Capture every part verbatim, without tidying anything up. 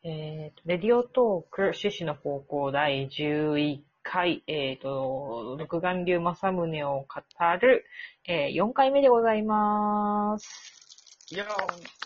えっと、レディオトーク、趣旨の方向第じゅういっかい、えっと、独眼竜政宗を語る、えー、よんかいめでございます。 よーん。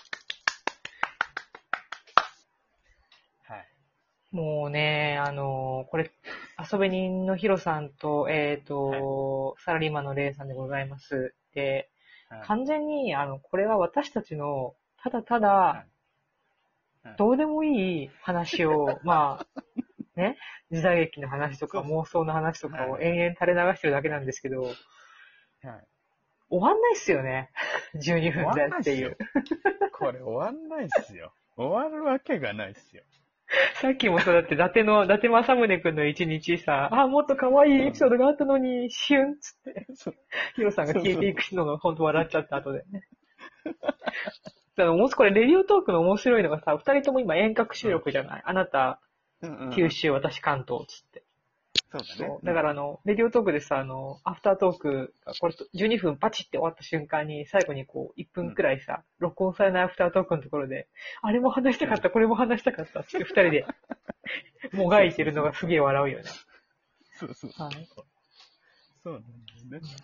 はい。 もうね、あの、これ、遊び人のヒロさんと、えっと、 はい。 サラリーマンのレイさんでございます。で、 はい。 完全に、あの、これは私たちの、ただただ、 はい。はい。 どうでもいい話を、まあ、ね、時代劇の話とかそうそう。 妄想の話とかはい。 を延々垂れ流してるだけなんですけど、 はい。 終わんないっすよね。じゅうにふん終わんでっていう。 ないっすよ。これ終わんないっすよ。終わるわけがないっすよ。 さっきもそうだって、伊達の、伊達政宗くんの一日さ、あ、もっと可愛いエピソードがあったのに、シュンっつって、 そうヒロさんがそうそう。 消えていくのが本当笑っちゃった後でね。だからもしこれレディオトークの面白いのがさ、二人とも今遠隔収うん。 録じゃない。あなた、 うんうんうん。 九州、私関東っつって。 そうだね。 そう。 うん。 だからあの、レディオトークでさ、あの、アフタートークが、これじゅうにふんパチって終わった瞬間に、最後にこう、いっぷんうん。 くらいさ、録音されないアフタートークのところで、あれも話したうん。 かった、これも話したかったって二人でもがそういてるのそうそうそう。 がすげえ笑うよね。 そうそうはい。 そう。そうなんだよね。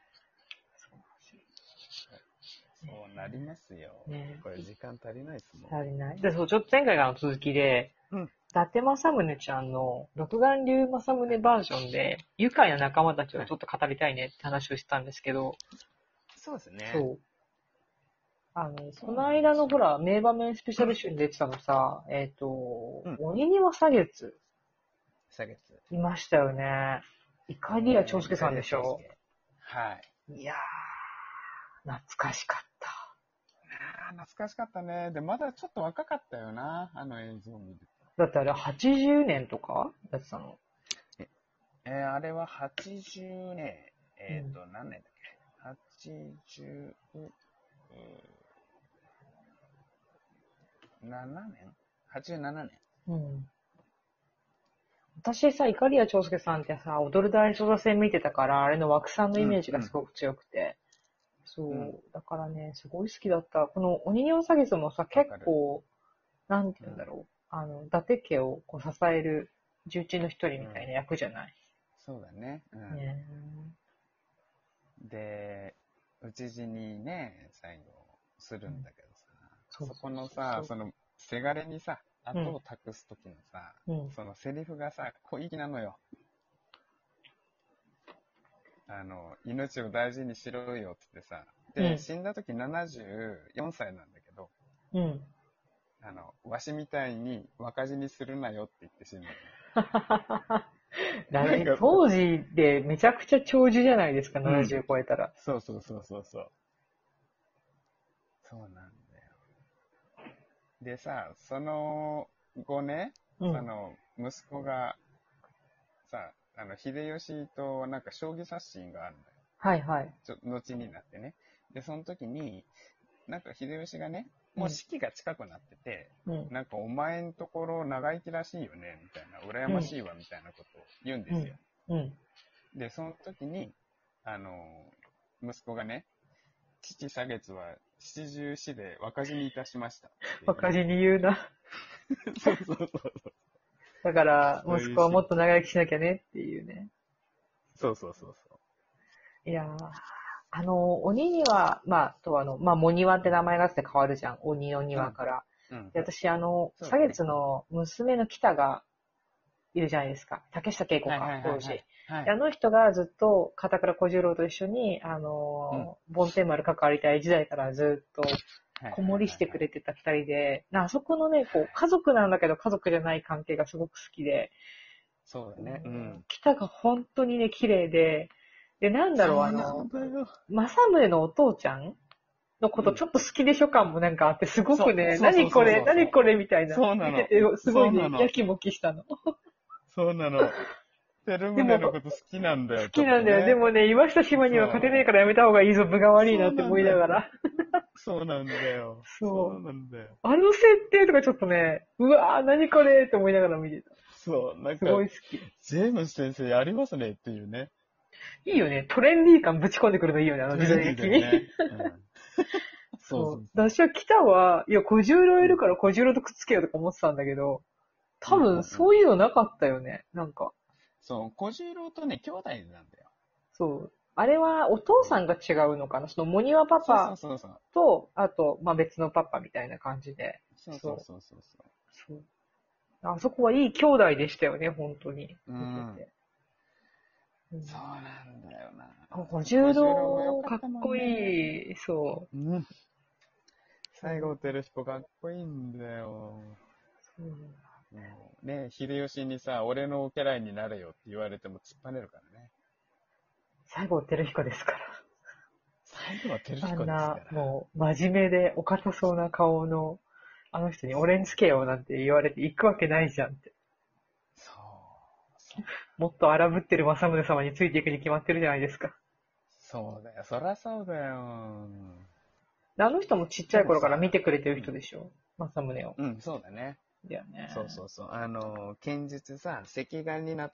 そうなりますよ。 ねこれ時間足りないっすも足りない。で、そう、ちょっと前回からの続きで、 ん。うん。 伊達政宗ちゃんの独眼竜政宗バージョンで、愉快な仲間たちをはい。 ちょっと語りたいねって話をしたんですけど、 そうですね。 そう。あの、こそうのなんですよ。 間のほら、名場面スペシャル集に出てたのさ、えっと、 うん。 鬼庭花月、 下月。 いましたよね。怒りや長ねえ、 介さんイカリアでしょ？ 長介。はい。 いやー、懐かしかった。 ああ、懐かしかったね。で、まだちょっと若かったよな、あの映像を見るだってあれはちじゅうねんとかやってたの？ と。え、えーあれははちじゅうねん、 うん。 えっと、何年だっけ？ はちじゅうなな 年 ?はちじゅうなな 年。 うん。私さ、怒りや長介さんってさ、踊る大捜査線見てたから、あれの枠さんのイメージがすうん、 ごく強くて。 うん、うん。 そう。だからね、すごい好きだった。この鬼庭花月もさ、結わかる。 構、なんてうん、 言うんだろう。あの、伊達家をこう支える重鎮の一人うん。 みたいな役じゃない？ そうだね。うねん。で、討ち死にね、最後、すえ。うん。 るんだけどさ、そこそうそうのさ、 そうそその、せがれにさ、 う。うん。 後を託す時のさ、 うん。 そのセリフがさ、小粋なのよ。あの、命を大事にしろよって言ってさ、で、 うん。 死んだ時ななじゅうよんさいなんだけど、 うん。 あの、わしみたいに若死にするなよって言って死ぬのね。 だなんか、 当時でめちゃくちゃ長寿じゃないですか、 うん。 ななじゅう超えたら。 そうそうそうそうそう。そうなんだよ。でさ、その後ね、 うん。 その、息子がさ、あの、秀吉となんか将棋指すシーンがあるんだよ。 はいはい。 ちょ、後になってね。で、その時に、なんか秀吉がね、もううん。 死期が近くなってて、 うん。 なんかお前んところ長生きらしいよね、みたいな、羨うん。 ましいわ、みたいなことを言うんですよ。 うん。うん。 で、その時に、あの、息子がね、父左月は七十四で若死にいたしましたって若気言うんだよ。 に言うな。 そうそうそうそう。 だから、 そういうシーン。 息子はもっと長生きしなきゃねっていうね。 そうそうそうそいやー、あの、鬼には、まあ、とあの、まあ、モニワってう。うん。 名前があって変わるじゃん。鬼のうん。 庭から。 うん。 で、私、あの、 そうだね。 左月の娘の北がいるじゃないですか。竹下恵子か、 はいはいはい当時。 はい。はで、あい。 の人がずっと片倉小十郎と一緒に、あうん。 の、梵天丸関わりたい時代からずっと、 はいはい子守りしてくはいはい。 れてた二人で、あそこのね、こう、家族なんだけど家族じゃない関係がすごく好きで、 そうだね。うん。 北が本当にね、綺麗で、で、なんだろう、あそうなの、 んだよ。 政宗のお父ちゃんのことちうん。 ょっと好きでしょ感もなんかあって、すごそう、 くね、 そうそうそう何これ、 そうそう。 何これみたいな。 そうなの。 見てて、すごいね、 そうなの。 やきもきしたの。 そうなの。照でも、 宗のこと好きなんだ好よ、ちょっきなんだよ。でとね。 もね、岩下島には勝てねえそからやめた方がいいぞ、分がう。 悪いなそうって思いなんだよ。 ながら。 そうなんだよ。そうそう。 なんだよ。 あの設定とかちょっとね、うわぁ、何これって思いながら見てた。 そう、なんすか、 ごい好き。 ジェームス先生やりますねっていうね。 いいよね。トレンディー感ぶち込んでくるのいいよね、あの時トレン代劇に。 ディーだよね。うん。 そうそう私は北は、いや、小十郎いるから小十郎とくっつけようとか思ってたんだけど、多分そういうのなかったよね。なんか。 そう、小十郎とね、兄弟なんだよ。 そう。あれはお父さんが違うのかな。そのモニワパそうそうパそうそう。 と、あと、まあ別のパパみたいな感じで。 そうそうそうそうそう。 そう。あそこはいい兄弟でしたよね、本当に。 うん。 見てて。うん、 そうなんだよな。 小十小十郎も良郎、かっかったもんこね。 いい。そうん。 う。 西郷輝彦かっこいいんだよ。 うん、 もうね、秀吉にさ、俺の家来になれよって言われても突っぱねるからね。 西郷輝彦ですから。 西郷輝あんな、 彦ですから。 もう、真面目でお堅そうな顔の、あの人に俺につけよなんて言われて行くわけないじゃんって。 そう。そうもっと荒ぶってる政宗様についていくに決まってるじゃないですか。 そうだよ。そらそうだよ。 であの人もちっちゃい頃から見てくれてる人でしょ、政宗を。 うん、うん、そうだね。 だよね。 そうそうそう。あの、剣術さ、赤眼になって、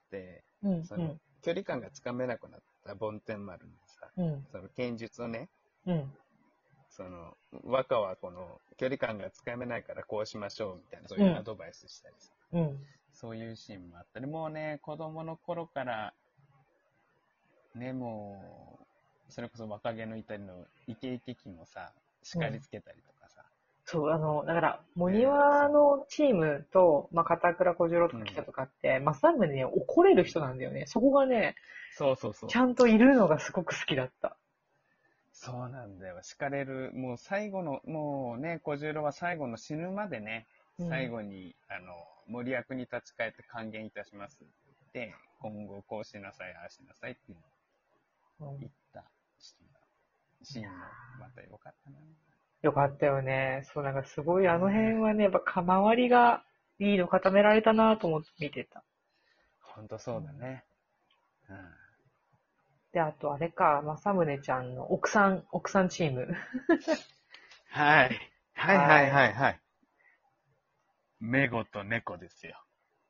うん、 その、距離感がつかめなくなった梵天丸にさ、 うん、 その剣術をね、 うん、 その、和歌はこの距離感がつかめないからこうしましょうみたいな、そういうアドバイスしたりさ、 うん。 そういうシーンもあったり、もうね、子供の頃から、ね、もう、それこそ若気の至りのイケイケ期もさ、叱りつけたりとかさ、 そう、あの、だから、モニねワのチームと、まあ、片倉小十郎とか来たとかって、政宗に怒れる人なんだよね。そこがね、 そうそうそう。 ちゃんといるのがすごく好きだった。 そうなんだよ。叱れる、もう最後の、もうね、小十郎は最後の死ぬまでね、 うん最後に、あの、森役に立ち返って還元いたしますって言って、今後こうしなさい、ああしなさいっていうのをうん言ったシーンもまた良かったな。 よかったよね。そう、なんかすごいあの辺はね、やっぱ構わりがいいの固められたなと思って見てた。 ほんとそうだね。うん。 で、あとあれか、政宗ちゃんの奥さん、奥さんチーム。 はい。はいははいいはいはい。メゴと猫ですよ。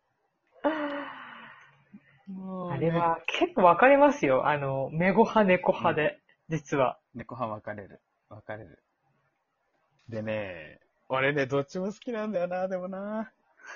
もうね、 あれは結構わかりますよ。あの、メゴ派、猫派で、実は。 猫派分かれる。分かれる。でね、俺ね、どっちも好きなんだよな、でもな。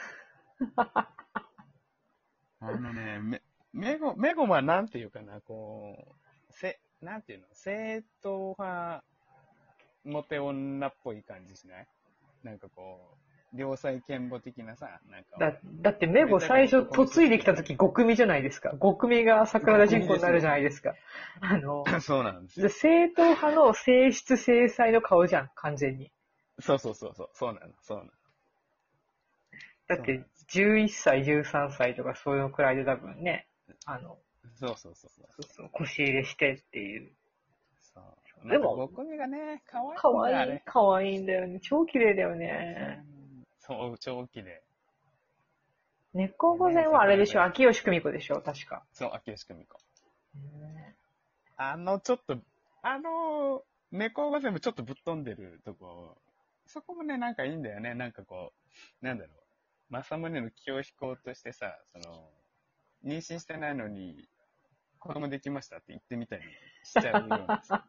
あのね、メメゴ、メゴはなんていうかな、こう、せ、なんていうの、正統派、モテ女っぽい感じしない？なんかこう、良妻賢母的なさ、なんか、 だ、だってメゴ最初嫁いできた時極味じゃないですか。極味が桜田人口になるじゃないですか。あの、 そうなんですでよ。 正統派の性質正妻の顔じゃん、完全に。 そうそうそうそう、そうなの、そうなの。 だってじゅういっさい、じゅうさんさいとかそういうのくらいで多分ね、あの、 そうそうそうそう。 そうそう、腰入れしてっていう。 そう。 でも、 また、極味がね、可愛かいんだよ、あわいい、 れ。 かわいいんだよね。超綺麗だよそうね。 そう、超綺麗。 猫御前はあれでしょ、秋吉久美子でしょ、確か。 そう、秋吉久美子。 ねあの、ちょっと、あの、猫が全部ちょっとぶっ飛んでるとこ、そこもね、なんかいいんだよね。なんかこう、なんだろう。政宗の気を引こうとしてさ、その、妊娠してないのに、子供できましたって言ってみたりしちゃうようなさ。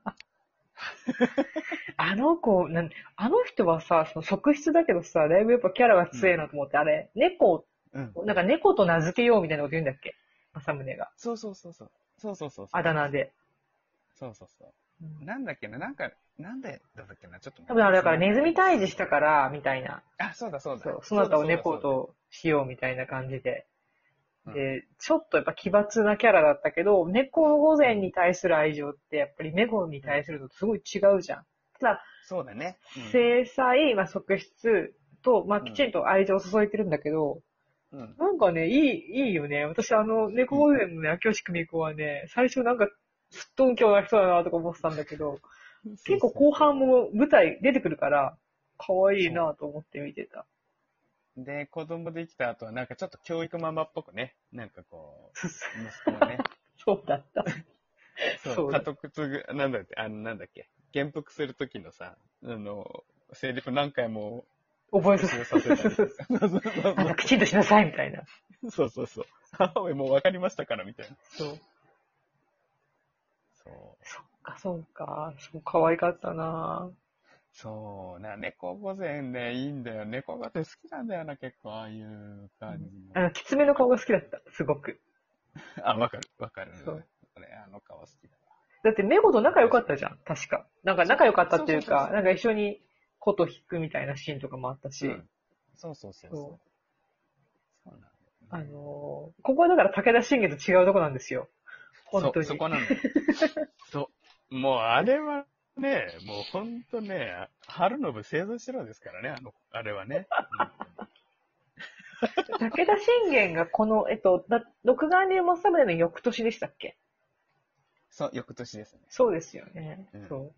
あの子、なん、あの人はさ、その側室だけどさ、だいぶやっぱキャラが強いなと思って、あれ、猫、 うん。 なんか猫と名付けようみたいなこと言うんだっけ、政宗が。 そうそうそうそう。そうそうそうそう。 あだ名で。 そうそうそう。 うんなんだっけな、なんか、なんでだったっけな、ちょっと多分あれだからネズミ退治したから、みたいな。 あ、そうだそうだ。 そう、その後を猫そうだ。 としようみたいな感じで。 うんで、ちょっとやっぱ奇抜なキャラだったけど、猫御前に対する愛情ってやっぱり猫に対するとすごい違うじゃん。ただ、 そうだね。 正妻、まあ、側室と、まあ、きちんと愛情を注いでるんだけど、 うん。 なんかね、いい、いいよね。私、あの、猫御前のね、秋吉久美子はね、最初なんか、すっとんきょうな人だなとか思ってたんだけど、結構後半も舞台出てくるから、可愛いなと思って見てた。 で、子供できた後はなんかちょっと教育ママっぽくね、なんかこう、息子はね、 そうだった。 そう、 そうだ家督継ぐ、なんだっけ、あの、なんだっけ、元服するときのさ、あの、セリフ何回も覚え復習させたりとか。そうそうそうあの、きちんとしなさいみたいな。 そうそうそう。母親もう分かりましたから、みたいな。 そう。 そう。 そっか、そっか。そう、可愛かったなそう、な、猫御前ね、いいんだよ。猫御前好きなんだよな、結構、ああいう感じの。 あの、きつめの顔が好きだった、すごく。 あ、わかる、わかる。 そう。 俺、あの顔好きだだってメゴと仲良かったじゃん、確か。なんかわ。 仲良かったっていうか、 そうそうそうそう。 なんか一緒に琴弾くみたいなシーンとかもあったし。 うん。そうそうそうそう。 そう。 そうなんだよあのーね。 ここはだから武田信玄と違うとこなんですよ。本そう、 当に。 そこなんだよ。そう。もう、あれはね、もうほんとね、春信製造しろですからね、あの、あれはね。本当に。 武田信玄がこの、えっと、だ六眼流政宗の翌年でしたっけ？ そう、翌年ですね。 そうですよね。 うん。 そう。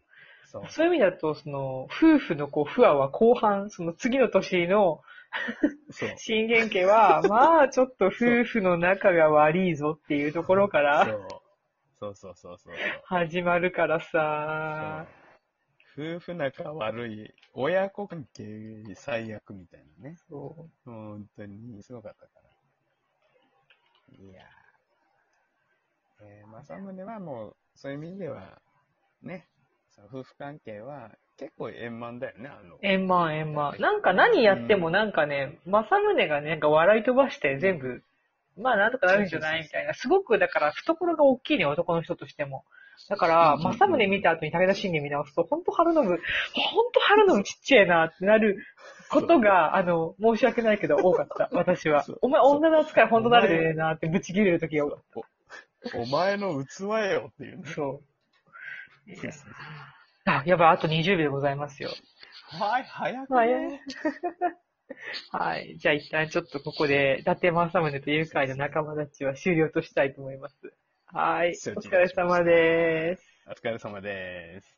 そう。 そういう意味だと、その、夫婦のこう、不和は後半、その次の年のそ信玄家は、まあ、ちょっとう。そう。 夫婦の仲が悪いぞっていうところからそう。そうそうそうそうそう。 始まるからそさ、 う。夫婦仲悪い、親子関係最悪みたいなね。 そ本当にすごかったから。いやー、えー、政宗はもう、そういう意味では、ね、その夫婦関係は結構円満だよね、あの、 う。円満円満。 やっぱり。 なんか何うやってもん。 なんかね、政宗がね、なんか笑い飛ばしてうん。 全部、まあなんとかなそうるんじゃそうそうそう。 ないみたいな。すごく、だから懐が大きいね、男の人としても。だかうんうら、政宗見たんうんうん。 後に武田信玄見直すと、ほんと春信、ほんと春信そう。 ちっちゃいなってなるこそう。 とが、あの、申し訳ないけど多かった、私は。 そう。 お前そう。 女の扱いほんと慣れてねお前、 えなってブチ切れる時が多かっそう。お、お前の器よっていうた。 ね。 そう。いやそうそうそう。 あ、やばい、あとにじゅうびょうでございますよ。 はい、早くはい。 ね。 はい。じゃあ一旦ちょっとここで、伊達政宗と愉快なそうそう。 仲間たちは終了としたいと思います。はい。 承お疲知いたしましれ様た。 です。 お疲れ様です。